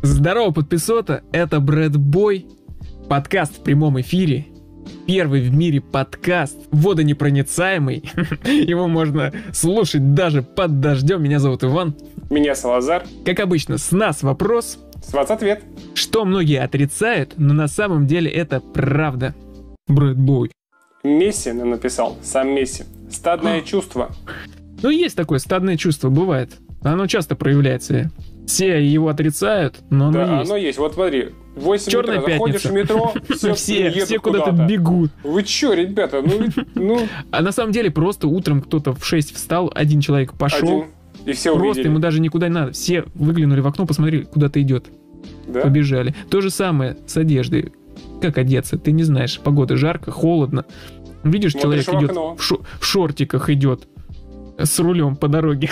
Здорово, подписота, это Брэд Бой, подкаст в прямом эфире, первый в мире подкаст, водонепроницаемый, его можно слушать даже под дождем. Меня зовут Иван. Меня Салазар. Как обычно, с нас вопрос. С вас ответ. Что многие отрицают, но на самом деле это правда. Брэд Бой. Месси написал, сам Месси. Стадное чувство. Ну, есть такое стадное чувство, бывает. Оно часто проявляется. Все его отрицают, но оно да, есть. оно есть. Вот смотри, 8 Черная утра заходишь в метро, все куда-то бегут. Вы чё, ребята, ну... А на самом деле просто утром кто-то в 6 встал, один человек пошел. И все просто увидели. Ему даже никуда не надо. Все выглянули в окно, посмотрели, куда-то идет. Да? Побежали. То же самое с одеждой. Как одеться? Ты не знаешь. Погода жарко, холодно. Видишь, Смотришь человек идет в шортиках идет с рулем по дороге.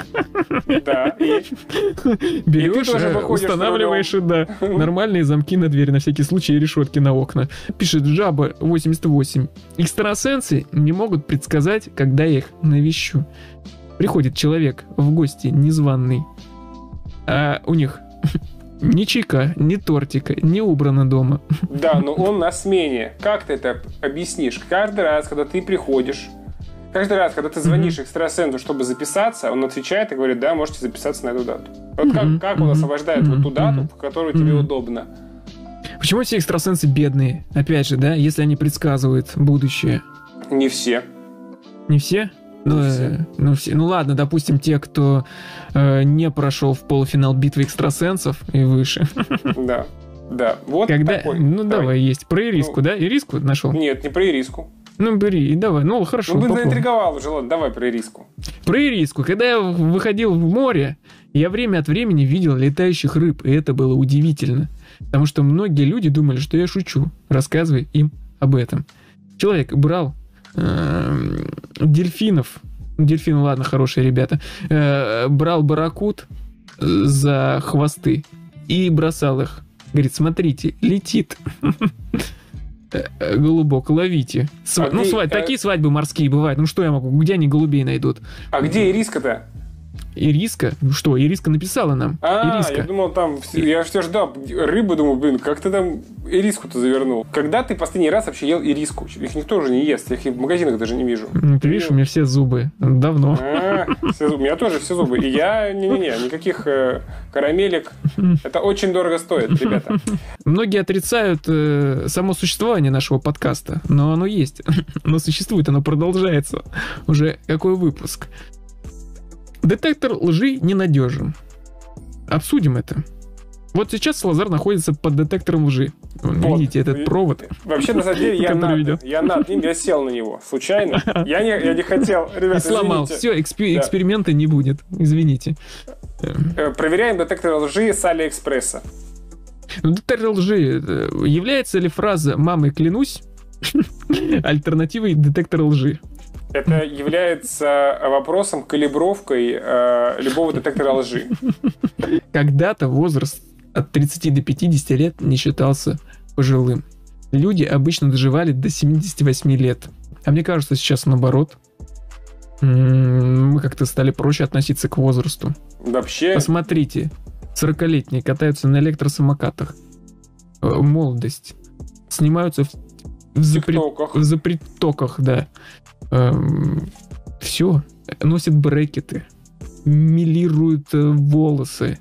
Да, и... Берешь, устанавливаешь, да, нормальные замки на дверь, на всякий случай, и решетки на окна. Пишет Жаба 88. Экстрасенсы не могут предсказать, когда я их навещу. Приходит человек в гости незваный, а у них ни чайка, ни тортика, не убрано дома. Да, но он на смене. Как ты это объяснишь? Каждый раз, когда ты приходишь, каждый раз, когда ты звонишь экстрасенсу, чтобы записаться, он отвечает и говорит, да, можете записаться на эту дату. Вот как он освобождает вот ту дату, в которую тебе удобно. Почему все экстрасенсы бедные? Опять же, да, если они предсказывают будущее. Не все. Не все? Ну ладно, допустим, те, кто не прошел в полуфинал битвы экстрасенсов и выше. Да. Вот когда, такой. Давай, есть. Про Ириску, да? Ириску нашел? Нет, не про Ириску. Ну, бери, и давай. Ну, хорошо. Ну, заинтриговал уже, ладно, давай про Ириску. Про Ириску. Когда я выходил в море, я время от времени видел летающих рыб, и это было удивительно. Потому что многие люди думали, что я шучу, рассказывая им об этом. Человек брал дельфинов, дельфины, ладно, хорошие ребята, брал барракуд за хвосты и бросал их. Говорит, смотрите, летит. Голубок, ловите. Такие свадьбы морские бывают. Ну что я могу? Где они голубей найдут? А где Ириска-то? Ириска? Что? Ириска написала нам. Ириска. Я думал, там... Я все ждал рыбы, думаю, как ты там ириску-то завернул? Когда ты последний раз вообще ел ириску? Их никто уже не ест. Я их в магазинах даже не вижу. Ты видишь, у меня все зубы. Давно. У меня тоже все зубы. И я... никаких карамелек. Это очень дорого стоит, ребята. Многие отрицают само существование нашего подкаста. Но оно есть. Оно существует, оно продолжается. Уже какой выпуск? Детектор лжи ненадежен. Обсудим это. Вот сейчас Салазар находится под детектором лжи. Видите этот провод? Вообще, на самом деле, я над ним, я сел на него случайно. Я не хотел, ребята, сломал. Все, эксперимента не будет. Извините. Проверяем детектор лжи с Алиэкспресса. Детектор лжи. Является ли фраза «мамой клянусь» альтернативой детектора лжи? Это является вопросом, калибровкой любого детектора лжи. Когда-то возраст от 30 до 50 лет не считался пожилым. Люди обычно доживали до 78 лет. А мне кажется, сейчас наоборот. Мы как-то стали проще относиться к возрасту. Вообще... Посмотрите, 40-летние катаются на электросамокатах. Молодость. Снимаются в запретоках, да. Все. Носят брекеты. Милируют волосы.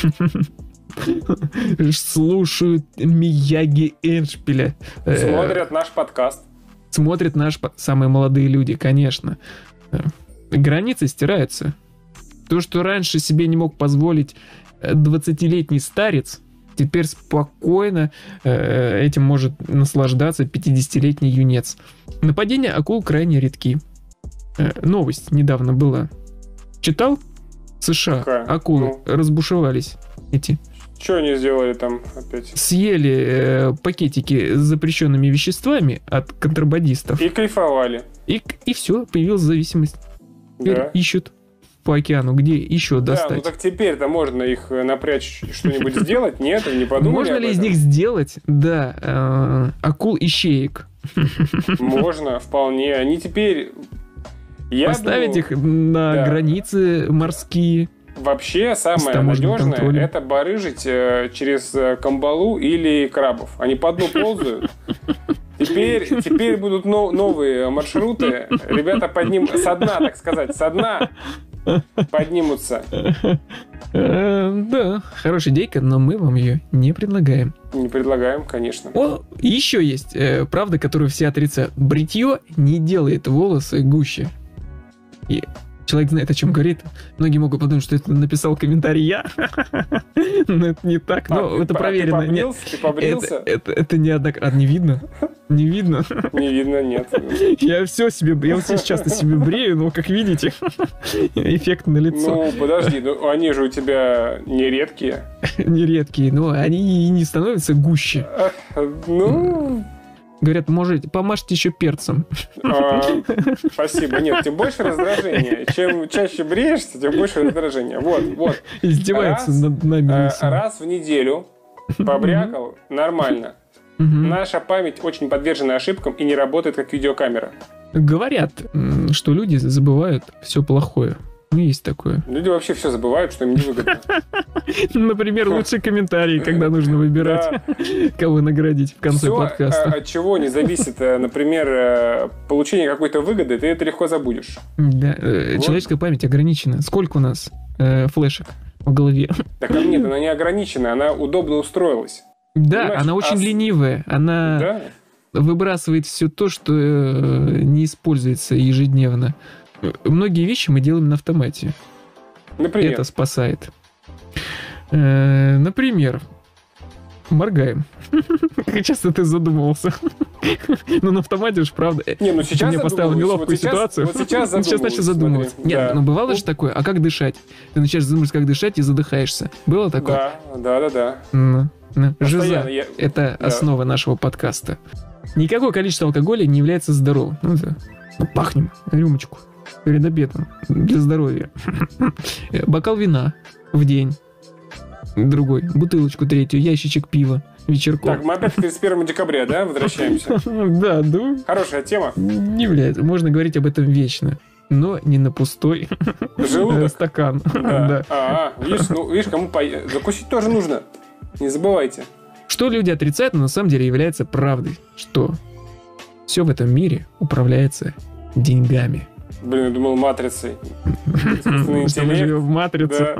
Слушают Мияги Эндшпиля. Смотрят наш подкаст. Смотрят самые молодые люди, конечно. Границы стираются. То, что раньше себе не мог позволить 20-летний старец, теперь спокойно этим может наслаждаться 50-летний юнец. Нападения акул крайне редки. Новость недавно была. Читал? США. Акулы разбушевались. Что они сделали там опять? Съели пакетики с запрещенными веществами от контрабандистов. И кайфовали. И все, появилась зависимость. Теперь ищут по океану, где еще достать. Да, ну так теперь-то можно их напрячь, что-нибудь сделать? Нет, не подумали. Можно ли из них сделать, акул-ищеек? Можно, вполне. Они теперь... Поставить их на границы морские. Вообще самое надежное это барыжить через камбалу или крабов. Они по дну ползают. Теперь будут новые маршруты. Ребята со дна, так сказать, со дна поднимутся. Да, хорошая идейка, но мы вам ее не предлагаем. Не предлагаем, конечно. Еще есть правда, которую все отрицают. Бритье не делает волосы гуще. И человек знает, о чем говорит. Многие могут подумать, что это написал комментарий я. Но это не так. Но это проверено. Ты побрился? Это неоднократно. Не видно? Не видно? Не видно, нет. Я все часто себе брею, но, как видите, эффект на лицо. Ну, подожди, они же у тебя не редкие. Не редкие, но они и не становятся гуще. Говорят, может, помажьте еще перцем. Спасибо. Нет, тем больше раздражения. Чем чаще бреешься, тем больше раздражения. Вот. Издевается над нами. Раз в неделю побрякал, нормально. Наша память очень подвержена ошибкам и не работает как видеокамера. Говорят, что люди забывают все плохое. Ну, есть такое. Люди вообще все забывают, что им невыгодно. Например, лучшие комментарии, когда нужно выбирать, кого наградить в конце подкаста. От чего не зависит, например, получение какой-то выгоды, ты это легко забудешь. Да, человеческая память ограничена. Сколько у нас флешек в голове? Так нет, она не ограничена, она удобно устроилась. Да, понимаешь? Она очень ленивая. Она выбрасывает все то, что не используется ежедневно. Многие вещи мы делаем на автомате. Например? Это спасает. Например, моргаем. Как часто ты задумывался? Ну, на автомате уж, правда. Не, ну сейчас ты мне поставил неловкую ситуацию. Вот сейчас начал задумываться. Нет, ну бывало же такое. А как дышать? Ты начинаешь задумываться, как дышать, и задыхаешься. Было такое? Да. Жиза – это основа нашего подкаста. Никакое количество алкоголя не является здоровым. Пахнем рюмочку перед обедом для здоровья. Бокал вина в день. Другой. Бутылочку третью. Ящичек пива. Вечерком. Так, мы опять к 31 декабря, да, возвращаемся? Да. Хорошая тема. Не является. Можно говорить об этом вечно. Но не на пустой стакан. Да. Видишь, кому закусить тоже нужно. Не забывайте. Что люди отрицают, но на самом деле является правдой. Что все в этом мире управляется деньгами. Блин, я думал матрицей. Что мы живем в матрице.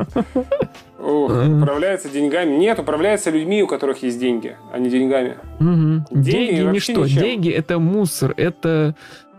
Управляется деньгами. Нет, управляется людьми, у которых есть деньги, а не деньгами. Деньги ничто. Деньги — это мусор, это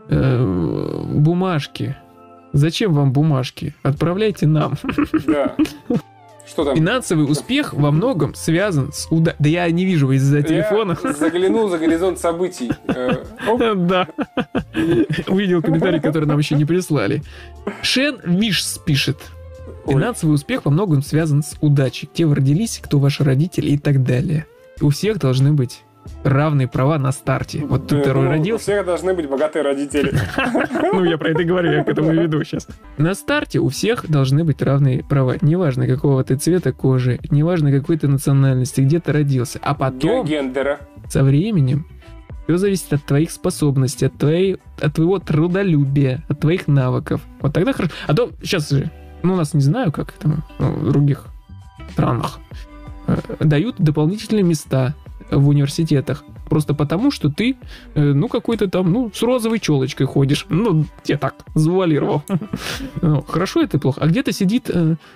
бумажки. Зачем вам бумажки? Отправляйте нам. Да. Что там? Финансовый успех во многом связан с удачей. Да я не вижу из-за телефона. Я заглянул за горизонт событий. Да. Увидел комментарий, который нам еще не прислали. Шен Вишс пишет. Финансовый успех во многом связан с удачей. Где вы родились, кто ваши родители и так далее. У всех должны быть равные права на старте. Вот ты второй родился. У всех должны быть богатые родители. Ну, я про это говорю, я к этому и веду сейчас. На старте у всех должны быть равные права. Неважно, какого ты цвета кожи, неважно, какой ты национальности, где ты родился. А потом, гендера, со временем, все зависит от твоих способностей, от твоего трудолюбия, от твоих навыков. Вот тогда хорошо. А то сейчас же, у нас не знаю, как там в других странах, дают дополнительные места в университетах. Просто потому, что ты, какой-то там, с розовой челочкой ходишь. Я так завуалировал. Хорошо это плохо. А где-то сидит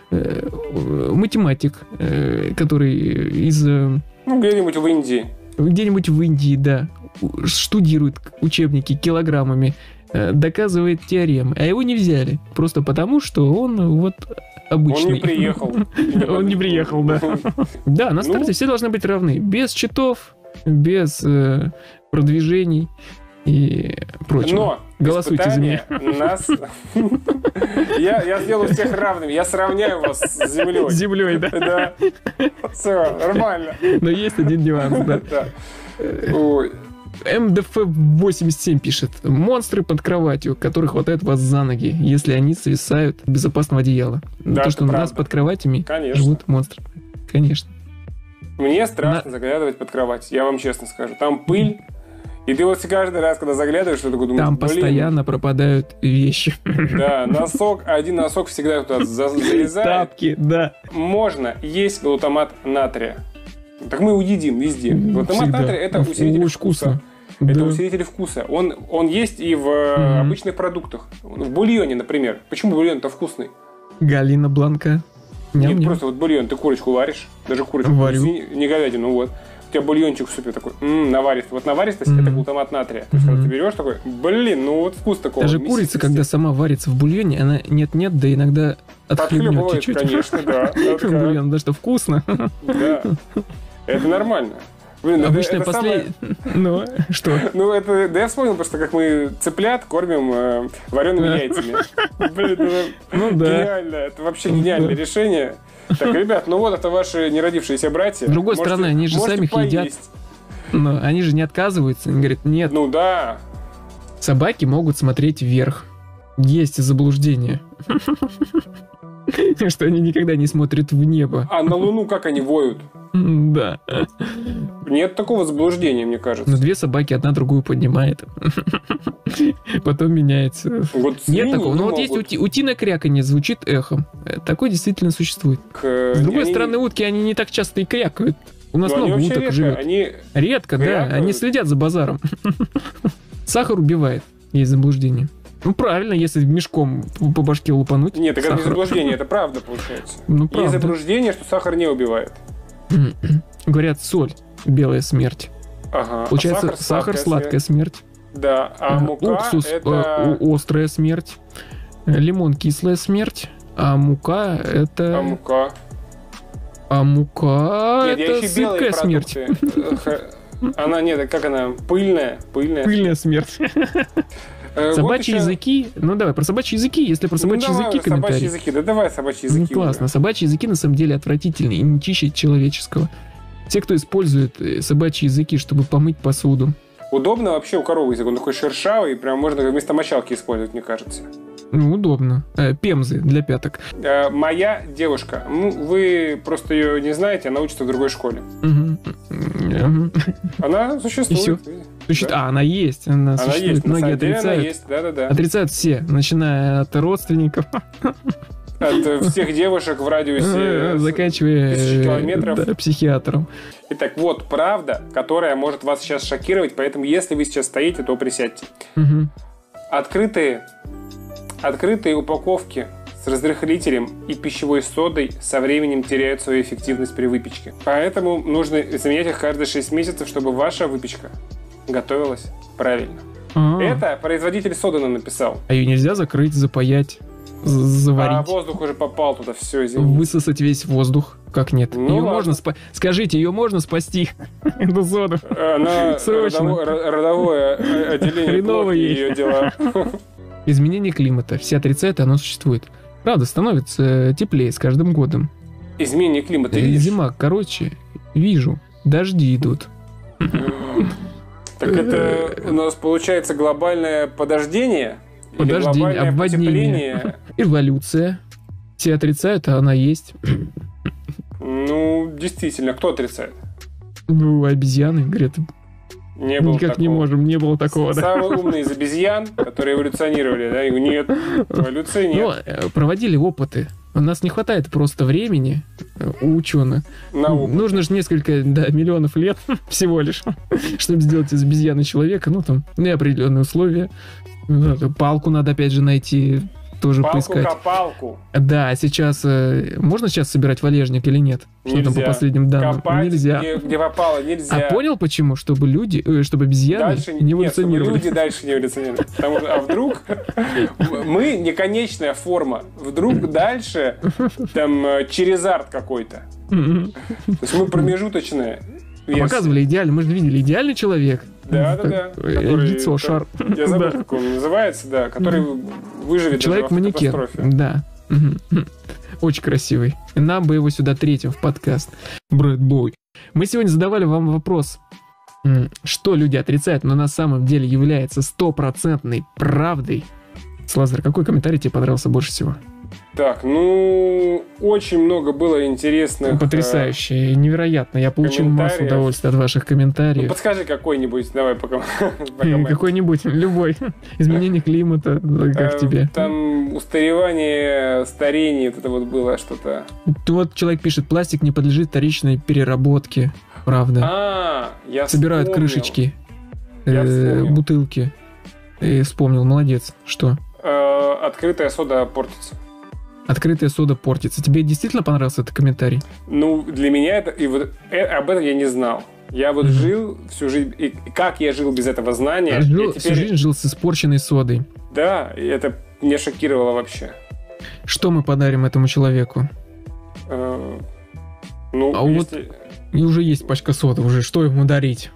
математик, который из... где-нибудь в Индии. Где-нибудь в Индии, да. Штудирует учебники килограммами, доказывает теоремы. А его не взяли. Просто потому, что он обычный. Он не приехал. Он не приехал, да. Да, на старте все должны быть равны. Без читов, без продвижений и прочего. Но голосуйте за меня. Я сделаю всех равными. Я сравняю вас с землей. С землей, да? Да. Все, нормально. Но есть один нюанс, да. МДФ-87 пишет. Монстры под кроватью, которые хватают вас за ноги, если они свисают с безопасного одеяла. Да, то, что у нас под кроватями живут монстры. Конечно. Мне страшно заглядывать под кровать, я вам честно скажу. Там пыль, И ты вот каждый раз, когда заглядываешь, ты такой думаешь, там постоянно пропадают вещи. Да, один носок всегда туда залезает. Тапки, да. Можно есть глутамат натрия. Так мы его едим везде. Глутамат натрия – это усилитель вкуса. Это усилитель вкуса. Он есть и в обычных продуктах. В бульоне, например. Почему бульон-то вкусный? Галина Бланка. Нет, просто вот бульон. Ты курочку варишь. Даже курочку. Варю. Не говядину, вот. У тебя бульончик в супе такой, наваристый. Вот наваристость – это глутамат натрия. То есть, когда ты берешь такой, ну вот вкус такого. Даже курица, когда сама варится в бульоне, она нет-нет, да иногда отхлебнет чуть-чуть. Конечно, да. Бульон, да что, вкусно. Да. Это нормально. Блин, обычно последний... Ну, что? Ну, это... Да я вспомнил просто, как мы цыплят кормим вареными яйцами. Блин, гениально. Это вообще гениальное решение. Так, ребят, ну вот это ваши неродившиеся братья. С другой стороны, они же сами их едят. Но они же не отказываются. Они говорят, нет. Ну да. Собаки могут смотреть вверх. Есть заблуждение. Что они никогда не смотрят в небо. А на Луну как они воют? Да. Нет такого заблуждения, мне кажется. Но две собаки одна другую поднимает. Потом меняется. Вот нет такого. Но вот есть утиное кряканье, звучит эхом. Такое действительно существует. С другой стороны, утки, они не так часто и крякают. У нас много уток живет. Редко, да. Они следят за базаром. Сахар убивает. Есть заблуждение. Ну, правильно, если мешком по башке лупануть. Нет, это не заблуждение, это правда получается. Ну, правда. Есть заблуждение, что сахар не убивает. Говорят, соль – белая смерть. Ага. Получается, сахар – сладкая смерть. Да, а мука уксус это... острая смерть. Лимон – кислая смерть. А мука – это... А мука – это сыпкая смерть. Она, нет, как она? Пыльная. Пыльная смерть. Собачьи языки. Ну давай, про собачьи языки. Если про собачьи языки комментарий. Давай собачьи языки. Классно. Собачьи языки на самом деле отвратительные и не чище человеческого. Те, кто использует собачьи языки, чтобы помыть посуду. Удобно вообще у коровы язык. Он такой шершавый, прям можно вместо мочалки использовать, мне кажется. Ну, удобно. Пемзы для пяток. Моя девушка. Ну, вы просто ее не знаете, она учится в другой школе. Она существует. Да. Она есть. Она существует. Есть. Многие отрицают. Есть. Да. Отрицают все, начиная от родственников. От всех девушек в радиусе заканчивая 1000 километров. Да, психиатром. Итак, вот правда, которая может вас сейчас шокировать, поэтому если вы сейчас стоите, то присядьте. Открытые упаковки с разрыхлителем и пищевой содой со временем теряют свою эффективность при выпечке. Поэтому нужно заменять их каждые 6 месяцев, чтобы ваша выпечка готовилась правильно. Это производитель соды нам написал. А ее нельзя закрыть, запаять, заварить? А воздух уже попал туда, все, извините. Высосать весь воздух? Как нет? Ну, ее можно Скажите, ее можно спасти? Эту соду. Срочно. Родовое отделение плохи ее дела. Изменение климата. Все отрицают, оно существует. Правда, становится теплее с каждым годом. Изменение климата, видишь? Зима короче. Вижу. Дожди идут. Так это у нас получается глобальное подождение? Подождение, обводнение. Эволюция. Все отрицают, а она есть. Ну, действительно, кто отрицает? Ну, обезьяны, говорят. Никак не можем, не было такого. Самые умные из обезьян, которые эволюционировали, да? Нет, эволюции нет. Ну, проводили опыты. У нас не хватает просто времени у ученых. Нужно же несколько миллионов лет всего лишь, чтобы сделать из обезьяны человека. Ну, там, определенные условия. Палку надо, опять же, найти. Тоже поискать. Палку-копалку. Да, сейчас... Можно сейчас собирать валежник или нет? Нельзя. Что там по последним данным? Копать, нельзя. Где попало, нельзя. А понял почему? Чтобы обезьяны не эволюционировали. Нет, чтобы люди дальше не эволюционировали. А вдруг мы не конечная форма. Вдруг дальше там черезарт какой-то. То есть мы промежуточные. Показывали идеально. Мы же видели идеальный человек. Да. Лицо, шар. Я забыл, как он называется, да. Который выживет Человек-манекен. в катастрофе. Да. Очень красивый. Нам бы его сюда третьим в подкаст. Брэдбой. Мы сегодня задавали вам вопрос, что люди отрицают, но на самом деле является 100% правдой. Слазер, какой комментарий тебе понравился больше всего? Так, ну, очень много было интересных... Потрясающе, невероятно. Я получил массу удовольствия от ваших комментариев. Ну, подскажи какой-нибудь, давай пока. Какой-нибудь, любой. Изменение климата, как тебе? Там устаревание, старение, это вот было что-то. Вот человек пишет, пластик не подлежит вторичной переработке. Правда. Я собирают вспомнил. крышечки, бутылки. Ты вспомнил, молодец. Что? Открытая сода портится. Открытая сода портится. Тебе действительно понравился этот комментарий? Ну, для меня это... И вот об этом я не знал. Я вот жил всю жизнь... И как я жил без этого знания? Всю жизнь жил с испорченной содой. Да, и это меня шокировало вообще. Что мы подарим этому человеку? Ну, если... вот и уже есть пачка соды. Уже что ему дарить?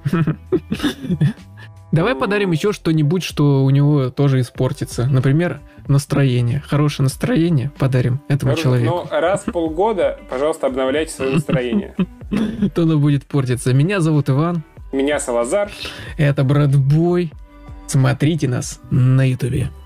Давай подарим еще что-нибудь, что у него тоже испортится. Например, настроение. Хорошее настроение подарим этому человеку. Но раз в полгода, пожалуйста, обновляйте свое настроение. То оно будет портиться. Меня зовут Иван. Меня Салазар. Это Брэдбой. Смотрите нас на Ютубе.